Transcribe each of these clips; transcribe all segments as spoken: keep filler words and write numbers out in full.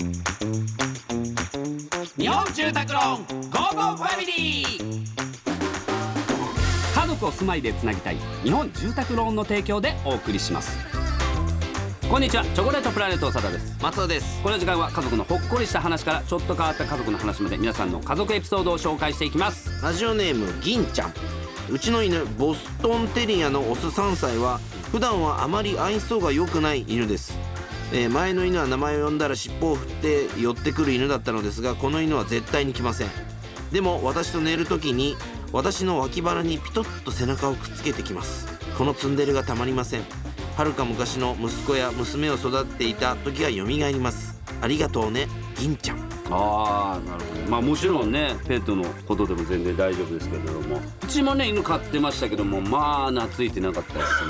日本住宅ローンゴーゴーファミリー。家族を住まいでつなぎたい日本住宅ローンの提供でお送りします。こんにちは、チョコレートプラネット長田です。 松尾です。 この時間は家族のほっこりした話からちょっと変わった家族の話まで皆さんの家族エピソードを紹介していきます。 ラジオネーム銀ちゃん。うちの犬ボストンテリアのオスさんさいは普段はあまり愛想が良くない犬です。えー、前の犬は名前を呼んだら尻尾を振って寄ってくる犬だったのですが、この犬は絶対に来ません。でも私と寝るときに私の脇腹にピトッと背中をくっつけてきます。このツンデレがたまりません。はるか昔の息子や娘を育てていた時が蘇ります。ありがとうね銀ちゃん。 あー、なるほど。まあもちろんねペットのことでも全然大丈夫ですけれども、うちもね犬飼ってましたけども、まあ懐いてなかったですね。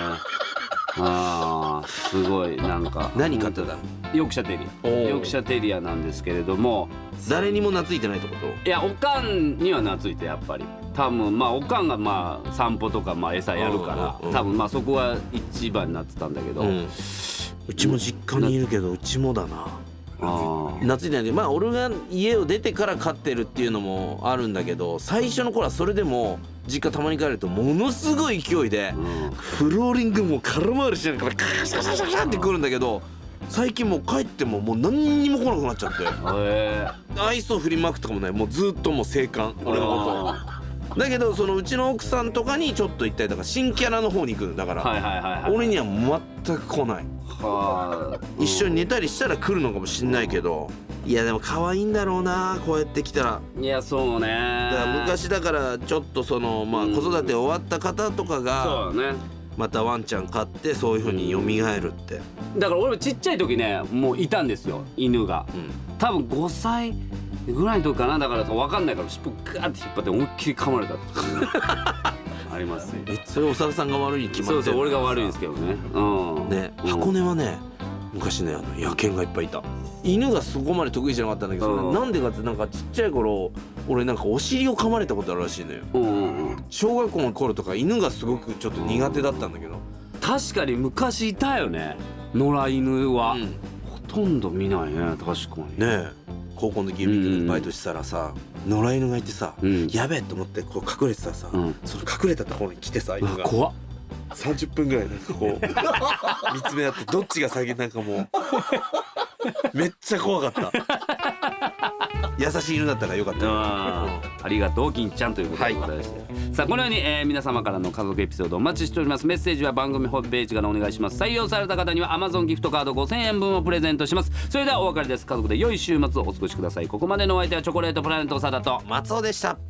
あー、すごいなんか何飼ってたの？ ヨークシャテリア。ヨークシャテリアなんですけれども、 誰にも懐いてないってこと？ いや、おかんには懐いて、やっぱり多分まあおかんがまあ散歩とかまあ餌やるから、多分まあそこは一番になってたんだけど、うん、 うちも実家にいるけどうちもだな。あ懐いてないけど、まあ俺が家を出てから飼ってるっていうのもあるんだけど、最初の頃はそれでも実家たまに帰るとものすごい勢いで、うん、フローリングも空回りしながらカシャカシャカシャってくるんだけど、最近もう帰ってももう何にも来なくなっちゃって、へ愛想振りまくとかもない、もうずっともう静観、俺のことだけど、そのうちの奥さんとかにちょっと行ったりとか新キャラの方に行くんだから、はいはいはいはい、俺には全く来ない。は一緒に寝たりしたら来るのかもしんないけど、いやでも可愛いんだろうな、こうやって来たら。 いやそうね、 だから昔だからちょっとそのまあ子育て終わった方とかが、そうだね、またワンちゃん飼ってそういう風に蘇るって、 だから俺ちっちゃい時ねもういたんですよ犬が、うん、多分ごさいぐらいの時かな。だから分かんないから尻尾ガーって引っ張って思いっきり噛まれたってありますね。 えそれ長田さんが悪いに決まってる。 そうそう、俺が悪いんですけどね。うんね、 箱根はね昔ねあの野犬がいっぱいいた。犬がそこまで得意じゃなかったんだけど、うん、なんでかってなんかちっちゃい頃俺なんかお尻を噛まれたことあるらしいのよ、うんうんうん、小学校の頃とか犬がすごくちょっと苦手だったんだけど、 確かに昔いたよね野良犬は、うん、ほとんど見ないね。確かにねえ、高校の時郵便局でバイトしてたらさ、うん、野良犬がいてさ、うん、やべえと思ってこう隠れてたらさ、うん、その隠れたところに来てさ、犬が怖っさんじゅっぷんぐらいなんかこう見つめ合ってどっちが先なんかもうめっちゃ怖かった優しい犬だったからよかった。 あ, ありがとう銀ちゃんということでございまして、はい、さあこのように、えー、皆様からの家族エピソードお待ちしております。メッセージは番組ホームページからお願いします。採用された方には Amazon ギフトカードごせんえん分をプレゼントします。それではお別れです。家族で良い週末をお過ごしください。ここまでのお相手はチョコレートプラネット長田と松尾でした。